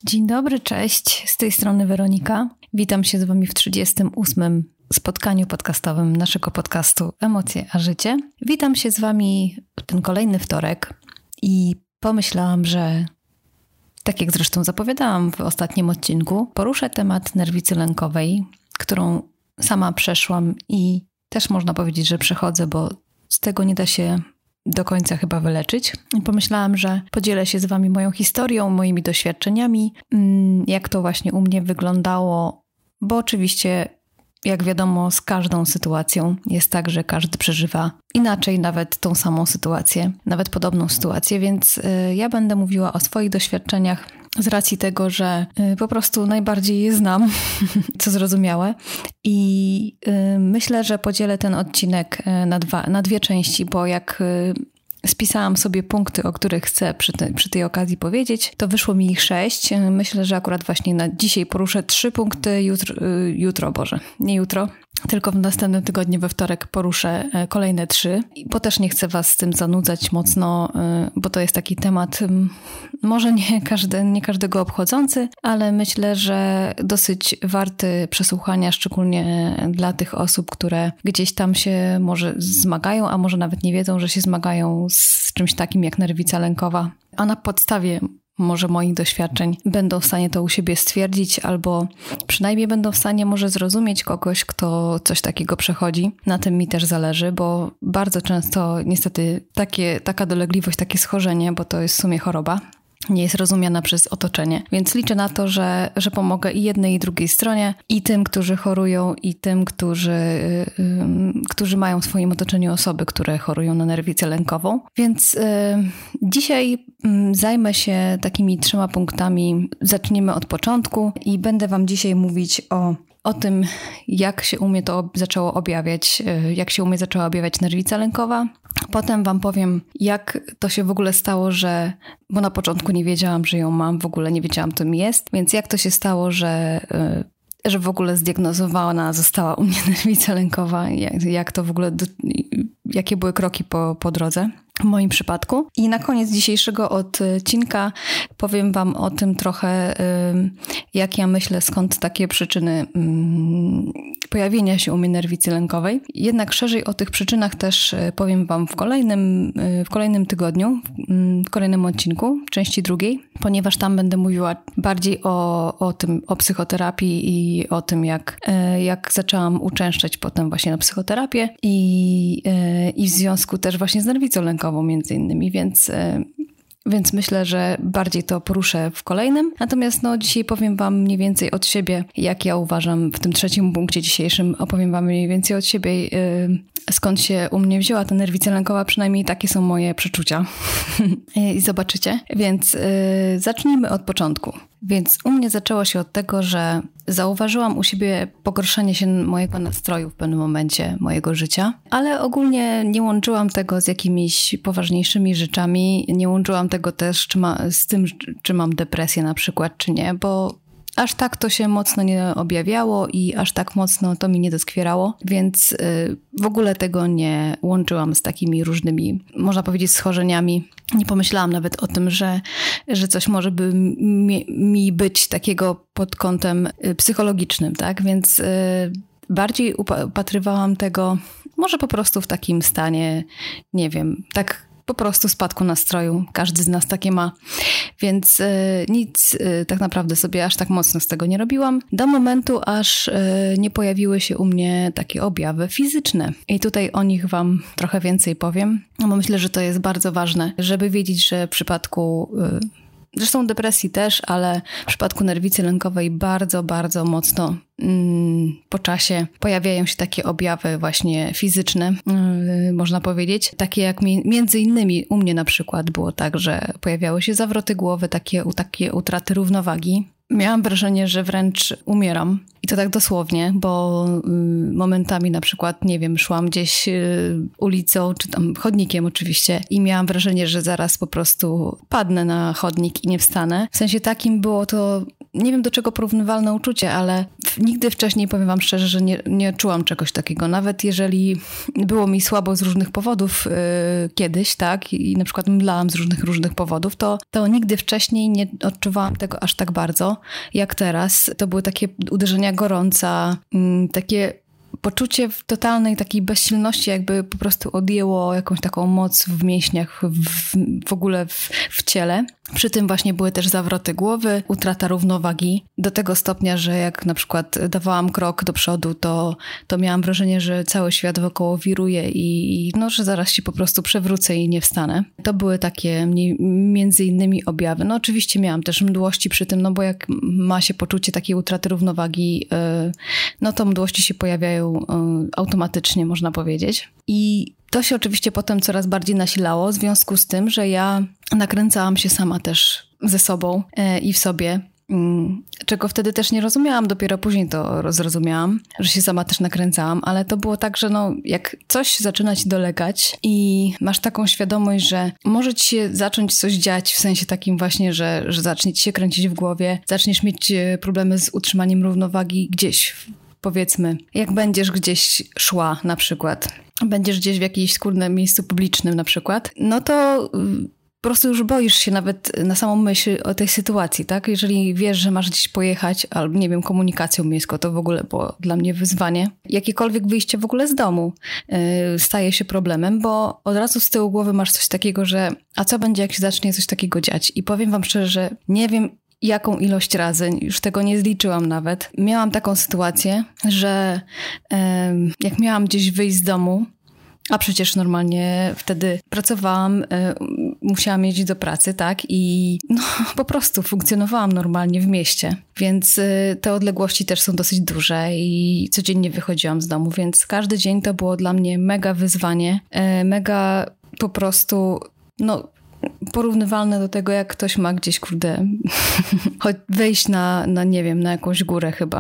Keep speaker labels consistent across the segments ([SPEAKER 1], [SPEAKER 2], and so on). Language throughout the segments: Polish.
[SPEAKER 1] Dzień dobry, cześć. Z tej strony Weronika. Witam się z Wami w 38. spotkaniu podcastowym naszego podcastu Emocje a Życie. Witam się z Wami w ten kolejny wtorek i pomyślałam, że tak jak zresztą zapowiadałam w ostatnim odcinku, poruszę temat nerwicy lękowej, którą sama przeszłam i też można powiedzieć, że przechodzę, bo z tego nie da się do końca chyba wyleczyć. I pomyślałam, że podzielę się z Wami moją historią, moimi doświadczeniami, jak to właśnie u mnie wyglądało, bo oczywiście, jak wiadomo, z każdą sytuacją jest tak, że każdy przeżywa inaczej nawet tą samą sytuację, nawet podobną sytuację, więc ja będę mówiła o swoich doświadczeniach z racji tego, że po prostu najbardziej je znam, co zrozumiałe. I myślę, że podzielę ten odcinek na dwie części, bo jak spisałam sobie punkty, o których chcę przy tej okazji powiedzieć, to wyszło mi ich 6. Myślę, że akurat właśnie na dzisiaj poruszę 3 punkty, nie jutro, tylko w następnym tygodniu we wtorek poruszę kolejne 3, bo też nie chcę Was z tym zanudzać mocno, bo to jest taki temat może nie każdego obchodzący, ale myślę, że dosyć warty przesłuchania, szczególnie dla tych osób, które gdzieś tam się może zmagają, a może nawet nie wiedzą, że się zmagają z czymś takim jak nerwica lękowa, a na podstawie może moich doświadczeń będą w stanie to u siebie stwierdzić, albo przynajmniej będą w stanie może zrozumieć kogoś, kto coś takiego przechodzi. Na tym mi też zależy, bo bardzo często niestety taka dolegliwość, takie schorzenie, bo to jest w sumie choroba, nie jest rozumiana przez otoczenie. Więc liczę na to, że pomogę i jednej, i drugiej stronie, i tym, którzy chorują, i tym, którzy mają w swoim otoczeniu osoby, które chorują na nerwicę lękową. Więc dzisiaj zajmę się takimi 3 punktami. Zaczniemy od początku i będę Wam dzisiaj mówić o tym, jak się u mnie to zaczęło objawiać, nerwica lękowa. Potem Wam powiem, jak to się w ogóle stało, bo na początku nie wiedziałam, że ją mam, w ogóle nie wiedziałam, czym jest, więc jak to się stało, że w ogóle zdiagnozowana została u mnie nerwica lękowa, jak to w ogóle, jakie były kroki po drodze w moim przypadku. I na koniec dzisiejszego odcinka powiem Wam o tym trochę, jak ja myślę, skąd takie przyczyny pojawienia się u mnie nerwicy lękowej. Jednak szerzej o tych przyczynach też powiem Wam w kolejnym tygodniu, w kolejnym odcinku, w części drugiej, ponieważ tam będę mówiła bardziej o psychoterapii i o tym, jak zaczęłam uczęszczać potem właśnie na psychoterapię i w związku też właśnie z nerwicą lękową między innymi, więc myślę, że bardziej to poruszę w kolejnym. Natomiast dzisiaj powiem Wam mniej więcej od siebie, jak ja uważam w tym 3 punkcie dzisiejszym. Opowiem Wam mniej więcej od siebie, skąd się u mnie wzięła ta nerwica lękowa. Przynajmniej takie są moje przeczucia. I zobaczycie. Więc zacznijmy od początku. Więc u mnie zaczęło się od tego, że zauważyłam u siebie pogorszenie się mojego nastroju w pewnym momencie mojego życia, ale ogólnie nie łączyłam tego z jakimiś poważniejszymi rzeczami, nie łączyłam tego też z tym, czy mam depresję na przykład, czy nie, bo aż tak to się mocno nie objawiało i aż tak mocno to mi nie doskwierało, więc w ogóle tego nie łączyłam z takimi różnymi, można powiedzieć, schorzeniami. Nie pomyślałam nawet o tym, że coś może by mi być takiego pod kątem psychologicznym, tak? Więc bardziej upatrywałam tego może po prostu w takim stanie, nie wiem, tak po prostu spadku nastroju. Każdy z nas takie ma. Więc nic tak naprawdę sobie aż tak mocno z tego nie robiłam. Do momentu, aż nie pojawiły się u mnie takie objawy fizyczne. I tutaj o nich Wam trochę więcej powiem. No bo myślę, że to jest bardzo ważne, żeby wiedzieć, że w przypadku zresztą depresji też, ale w przypadku nerwicy lękowej bardzo, bardzo mocno po czasie pojawiają się takie objawy właśnie fizyczne, można powiedzieć. Takie jak między innymi u mnie na przykład było tak, że pojawiały się zawroty głowy, takie utraty równowagi. Miałam wrażenie, że wręcz umieram. I to tak dosłownie, bo momentami na przykład, nie wiem, szłam gdzieś ulicą, czy tam chodnikiem oczywiście i miałam wrażenie, że zaraz po prostu padnę na chodnik i nie wstanę. W sensie takim było to nie wiem do czego porównywalne uczucie, ale nigdy wcześniej, powiem wam szczerze, że nie czułam czegoś takiego. Nawet jeżeli było mi słabo z różnych powodów kiedyś, tak, i na przykład mdlałam z różnych powodów, to nigdy wcześniej nie odczuwałam tego aż tak bardzo, jak teraz. To były takie uderzenia gorąca, takie poczucie totalnej takiej bezsilności, jakby po prostu odjęło jakąś taką moc w mięśniach, w ogóle w ciele. Przy tym właśnie były też zawroty głowy, utrata równowagi do tego stopnia, że jak na przykład dawałam krok do przodu, to miałam wrażenie, że cały świat wokoło wiruje i że zaraz się po prostu przewrócę i nie wstanę. To były takie między innymi objawy. No oczywiście miałam też mdłości przy tym, no bo jak ma się poczucie takiej utraty równowagi, no to mdłości się pojawiają automatycznie, można powiedzieć. I to się oczywiście potem coraz bardziej nasilało w związku z tym, że ja nakręcałam się sama też ze sobą i w sobie, czego wtedy też nie rozumiałam, dopiero później to zrozumiałam, że się sama też nakręcałam, ale to było tak, że jak coś zaczyna ci dolegać i masz taką świadomość, że może ci się zacząć coś dziać, w sensie takim właśnie, że zacznie ci się kręcić w głowie, zaczniesz mieć problemy z utrzymaniem równowagi gdzieś, powiedzmy, jak będziesz gdzieś szła na przykład, będziesz gdzieś w jakimś skórnym miejscu publicznym na przykład, no to po prostu już boisz się nawet na samą myśl o tej sytuacji, tak? Jeżeli wiesz, że masz gdzieś pojechać, albo nie wiem, komunikacją miejską, to w ogóle było dla mnie wyzwanie. Jakiekolwiek wyjście w ogóle z domu staje się problemem, bo od razu z tyłu głowy masz coś takiego, że a co będzie, jak się zacznie coś takiego dziać? I powiem wam szczerze, że nie wiem, jaką ilość razy, już tego nie zliczyłam nawet. Miałam taką sytuację, że jak miałam gdzieś wyjść z domu, a przecież normalnie wtedy pracowałam, musiałam jeździć do pracy, tak? I po prostu funkcjonowałam normalnie w mieście, więc te odległości też są dosyć duże i codziennie wychodziłam z domu, więc każdy dzień to było dla mnie mega wyzwanie, mega po prostu, porównywalne do tego, jak ktoś ma gdzieś, choć wejść na nie wiem, na jakąś górę chyba.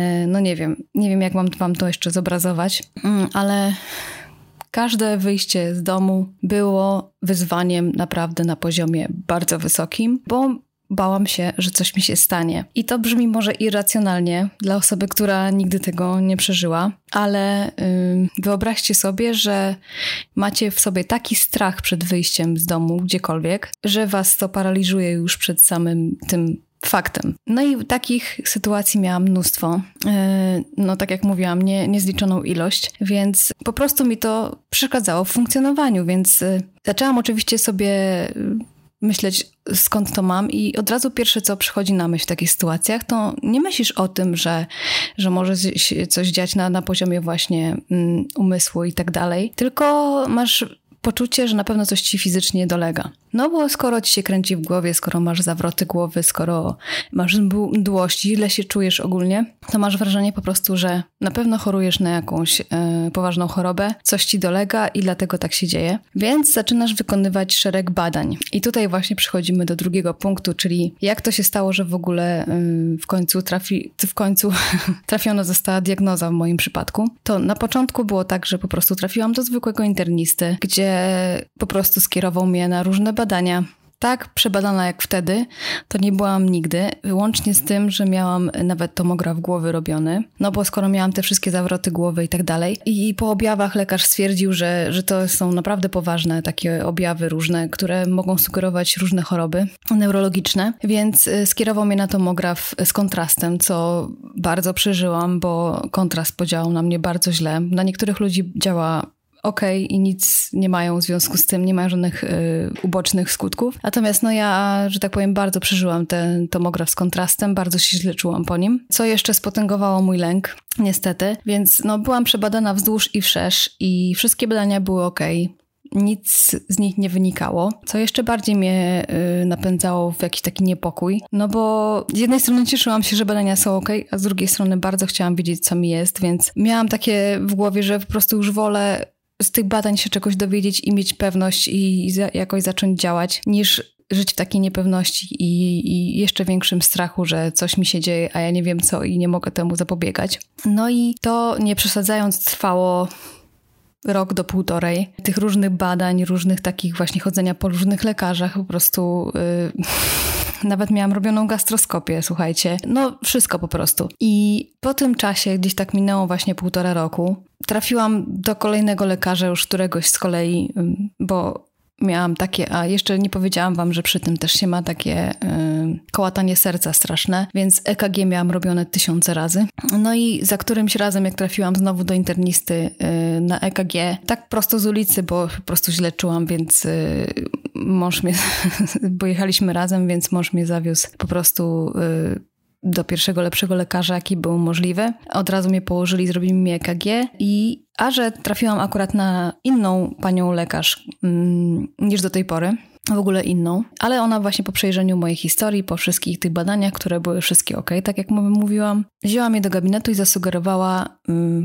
[SPEAKER 1] Nie wiem, jak mam wam to jeszcze zobrazować, ale każde wyjście z domu było wyzwaniem naprawdę na poziomie bardzo wysokim, bo bałam się, że coś mi się stanie. I to brzmi może irracjonalnie dla osoby, która nigdy tego nie przeżyła, ale wyobraźcie sobie, że macie w sobie taki strach przed wyjściem z domu gdziekolwiek, że was to paraliżuje już przed samym tym faktem. No i takich sytuacji miałam mnóstwo. Tak jak mówiłam, niezliczoną ilość, więc po prostu mi to przeszkadzało w funkcjonowaniu, więc zaczęłam oczywiście sobie myśleć, skąd to mam i od razu pierwsze, co przychodzi na myśl w takich sytuacjach, to nie myślisz o tym, że może się coś dziać na poziomie właśnie umysłu i tak dalej, tylko masz poczucie, że na pewno coś ci fizycznie dolega. No bo skoro ci się kręci w głowie, skoro masz zawroty głowy, skoro masz mdłości, źle się czujesz ogólnie, to masz wrażenie po prostu, że na pewno chorujesz na jakąś poważną chorobę, coś ci dolega i dlatego tak się dzieje. Więc zaczynasz wykonywać szereg badań. I tutaj właśnie przechodzimy do drugiego punktu, czyli jak to się stało, że w ogóle w końcu trafiona została diagnoza w moim przypadku. To na początku było tak, że po prostu trafiłam do zwykłego internisty, gdzie po prostu skierował mnie na różne badania. Tak przebadana jak wtedy, to nie byłam nigdy, wyłącznie z tym, że miałam nawet tomograf głowy robiony, bo skoro miałam te wszystkie zawroty głowy i tak dalej. I po objawach lekarz stwierdził, że to są naprawdę poważne takie objawy różne, które mogą sugerować różne choroby neurologiczne, więc skierował mnie na tomograf z kontrastem, co bardzo przeżyłam, bo kontrast podziałał na mnie bardzo źle. Na niektórych ludzi działa i nic nie mają w związku z tym, nie mają żadnych ubocznych skutków. Natomiast ja, że tak powiem, bardzo przeżyłam ten tomograf z kontrastem, bardzo się źle czułam po nim, co jeszcze spotęgowało mój lęk, niestety. Więc byłam przebadana wzdłuż i wszerz i wszystkie badania były nic z nich nie wynikało, co jeszcze bardziej mnie napędzało w jakiś taki niepokój, bo z jednej strony cieszyłam się, że badania są a z drugiej strony bardzo chciałam wiedzieć, co mi jest, więc miałam takie w głowie, że po prostu już wolę z tych badań się czegoś dowiedzieć i mieć pewność i jakoś zacząć działać, niż żyć w takiej niepewności i jeszcze większym strachu, że coś mi się dzieje, a ja nie wiem co i nie mogę temu zapobiegać. I to, nie przesadzając, trwało rok do 1,5 tych różnych badań, różnych takich właśnie chodzenia po różnych lekarzach, po prostu Nawet miałam robioną gastroskopię, słuchajcie. No wszystko po prostu. I po tym czasie, gdzieś tak minęło właśnie 1,5 roku, trafiłam do kolejnego lekarza już któregoś z kolei, bo miałam takie, a jeszcze nie powiedziałam wam, że przy tym też się ma takie kołatanie serca straszne, więc EKG miałam robione 1000 razy. No i za którymś razem, jak trafiłam znowu do internisty na EKG, tak prosto z ulicy, bo po prostu źle czułam, więc mąż mnie, bo jechaliśmy razem, więc mąż mnie zawiózł po prostu do pierwszego lepszego lekarza, jaki był możliwy. Od razu mnie położyli, zrobili mi EKG a że trafiłam akurat na inną panią lekarz niż do tej pory, w ogóle inną, ale ona właśnie po przejrzeniu mojej historii, po wszystkich tych badaniach, które były wszystkie okej, tak jak mówiłam, wzięła mnie do gabinetu i zasugerowała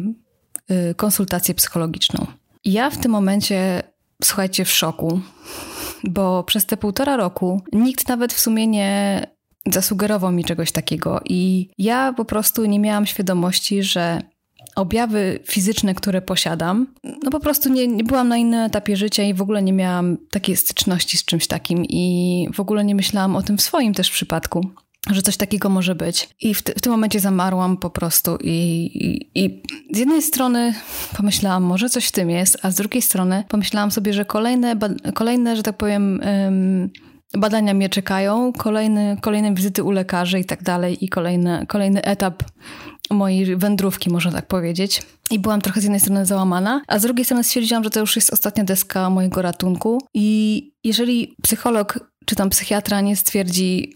[SPEAKER 1] konsultację psychologiczną. I ja w tym momencie, słuchajcie, w szoku, bo przez te 1,5 roku nikt nawet w sumie nie zasugerował mi czegoś takiego i ja po prostu nie miałam świadomości, że objawy fizyczne, które posiadam, no po prostu nie byłam na innym etapie życia i w ogóle nie miałam takiej styczności z czymś takim i w ogóle nie myślałam o tym w swoim też przypadku, że coś takiego może być. I w tym momencie zamarłam po prostu i z jednej strony pomyślałam, może coś w tym jest, a z drugiej strony pomyślałam sobie, że kolejne, że tak powiem, badania mnie czekają, kolejne wizyty u lekarzy i tak dalej i kolejny etap mojej wędrówki, można tak powiedzieć. I byłam trochę z jednej strony załamana, a z drugiej strony stwierdziłam, że to już jest ostatnia deska mojego ratunku i jeżeli psycholog czy tam psychiatra nie stwierdzi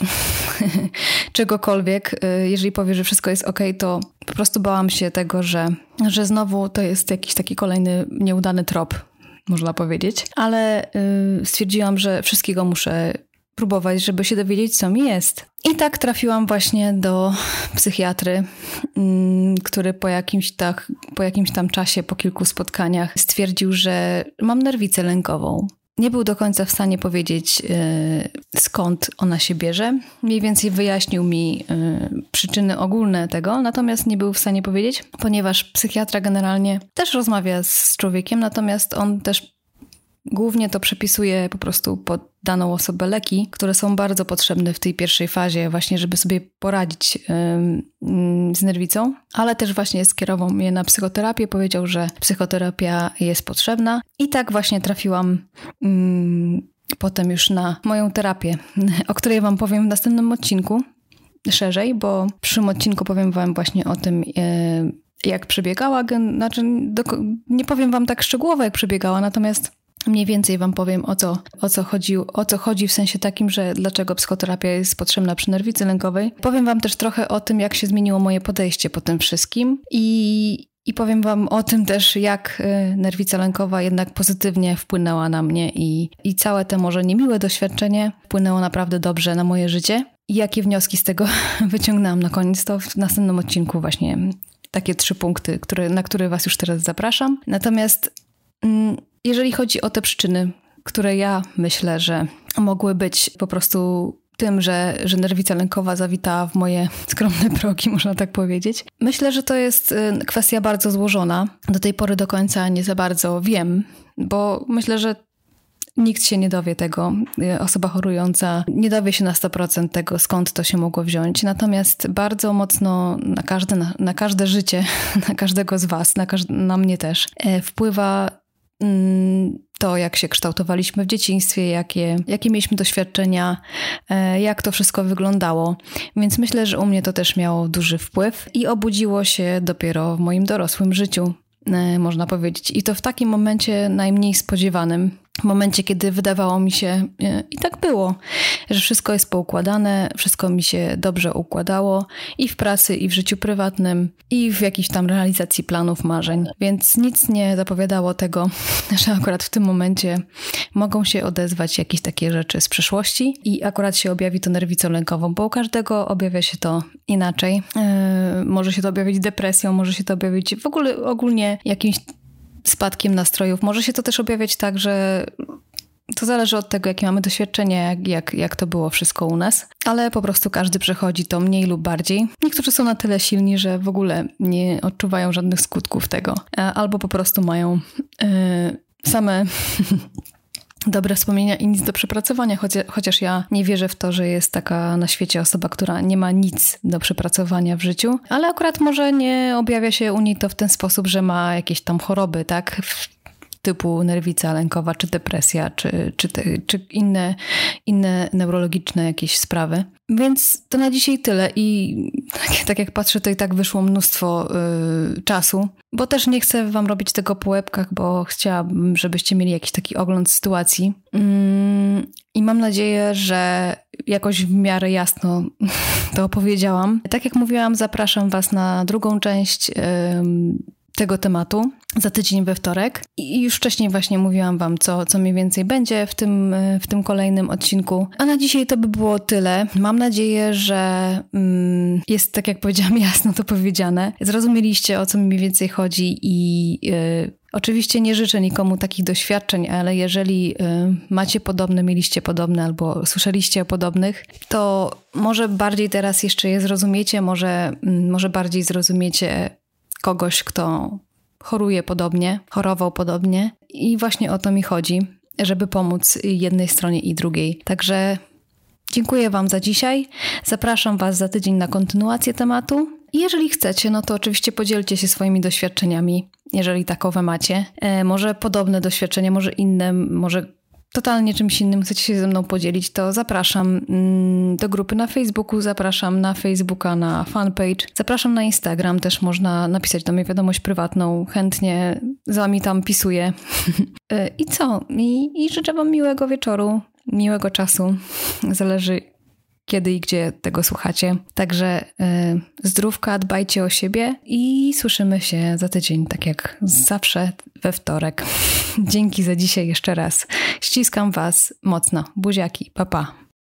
[SPEAKER 1] czegokolwiek, jeżeli powie, że wszystko jest okej, to po prostu bałam się tego, że znowu to jest jakiś taki kolejny nieudany trop, można powiedzieć. Ale stwierdziłam, że wszystkiego muszę próbować, żeby się dowiedzieć, co mi jest. I tak trafiłam właśnie do psychiatry, który po jakimś tam czasie, po kilku spotkaniach stwierdził, że mam nerwicę lękową. Nie był do końca w stanie powiedzieć, skąd ona się bierze. Mniej więcej wyjaśnił mi przyczyny ogólne tego, natomiast nie był w stanie powiedzieć, ponieważ psychiatra generalnie też rozmawia z człowiekiem, natomiast on też głównie to przepisuje po prostu pod daną osobę leki, które są bardzo potrzebne w tej pierwszej fazie właśnie, żeby sobie poradzić z nerwicą, ale też właśnie skierował mnie na psychoterapię, powiedział, że psychoterapia jest potrzebna i tak właśnie trafiłam potem już na moją terapię, o której wam powiem w następnym odcinku szerzej, bo w przyszłym odcinku powiem wam właśnie o tym, jak przebiegała, nie powiem wam tak szczegółowo, jak przebiegała, natomiast mniej więcej wam powiem, o co chodzi w sensie takim, że dlaczego psychoterapia jest potrzebna przy nerwicy lękowej. Powiem wam też trochę o tym, jak się zmieniło moje podejście po tym wszystkim i powiem wam o tym też, jak nerwica lękowa jednak pozytywnie wpłynęła na mnie i całe te może niemiłe doświadczenie wpłynęło naprawdę dobrze na moje życie. I jakie wnioski z tego wyciągnęłam na koniec, to w następnym odcinku właśnie takie 3 punkty, na które was już teraz zapraszam. Natomiast jeżeli chodzi o te przyczyny, które ja myślę, że mogły być po prostu tym, że nerwica lękowa zawitała w moje skromne progi, można tak powiedzieć. Myślę, że to jest kwestia bardzo złożona. Do tej pory do końca nie za bardzo wiem, bo myślę, że nikt się nie dowie tego. Osoba chorująca nie dowie się na 100% tego, skąd to się mogło wziąć. Natomiast bardzo mocno na każde życie, na każdego z was, na mnie też, wpływa to, jak się kształtowaliśmy w dzieciństwie, jakie mieliśmy doświadczenia, jak to wszystko wyglądało. Więc myślę, że u mnie to też miało duży wpływ i obudziło się dopiero w moim dorosłym życiu, można powiedzieć. I to w takim momencie najmniej spodziewanym. W momencie, kiedy wydawało mi się, i tak było, że wszystko jest poukładane, wszystko mi się dobrze układało i w pracy, i w życiu prywatnym, i w jakiejś tam realizacji planów, marzeń. Więc nic nie zapowiadało tego, że akurat w tym momencie mogą się odezwać jakieś takie rzeczy z przeszłości i akurat się objawi to nerwicą lękową, bo u każdego objawia się to inaczej. Może się to objawić depresją, może się to objawić w ogóle ogólnie jakimś spadkiem nastrojów. Może się to też objawiać tak, że to zależy od tego, jakie mamy doświadczenie, jak to było wszystko u nas, ale po prostu każdy przechodzi to mniej lub bardziej. Niektórzy są na tyle silni, że w ogóle nie odczuwają żadnych skutków tego, albo po prostu mają same dobre wspomnienia i nic do przepracowania, chociaż ja nie wierzę w to, że jest taka na świecie osoba, która nie ma nic do przepracowania w życiu, ale akurat może nie objawia się u niej to w ten sposób, że jakieś tam choroby, tak? Typu nerwica lękowa, czy depresja, czy inne neurologiczne jakieś sprawy. Więc to na dzisiaj tyle i tak jak patrzę, to i tak wyszło mnóstwo czasu, bo też nie chcę wam robić tego po łebkach, bo chciałabym, żebyście mieli jakiś taki ogląd sytuacji. I mam nadzieję, że jakoś w miarę jasno to opowiedziałam. Tak jak mówiłam, zapraszam was na drugą część tego tematu za tydzień we wtorek. I już wcześniej właśnie mówiłam wam, co mniej więcej będzie w tym kolejnym odcinku. A na dzisiaj to by było tyle. Mam nadzieję, że jest, tak jak powiedziałam, jasno to powiedziane. Zrozumieliście, o co mi mniej więcej chodzi i oczywiście nie życzę nikomu takich doświadczeń, ale jeżeli macie podobne, mieliście podobne albo słyszeliście o podobnych, to może bardziej teraz jeszcze je zrozumiecie, może bardziej zrozumiecie kogoś, kto choruje podobnie, chorował podobnie i właśnie o to mi chodzi, żeby pomóc jednej stronie i drugiej. Także dziękuję wam za dzisiaj. Zapraszam was za tydzień na kontynuację tematu. I jeżeli chcecie, no to oczywiście podzielcie się swoimi doświadczeniami, jeżeli takowe macie. Może podobne doświadczenia, może inne, może totalnie czymś innym chcecie się ze mną podzielić, to zapraszam do grupy na Facebooku, zapraszam na Facebooka, na fanpage, zapraszam na Instagram, też można napisać do mnie wiadomość prywatną, chętnie z wami tam pisuję. I co? I życzę wam miłego wieczoru, miłego czasu, zależy kiedy i gdzie tego słuchacie. Także zdrówka, dbajcie o siebie i słyszymy się za tydzień, tak jak zawsze we wtorek. Dzięki za dzisiaj jeszcze raz. Ściskam was mocno. Buziaki. Pa, pa.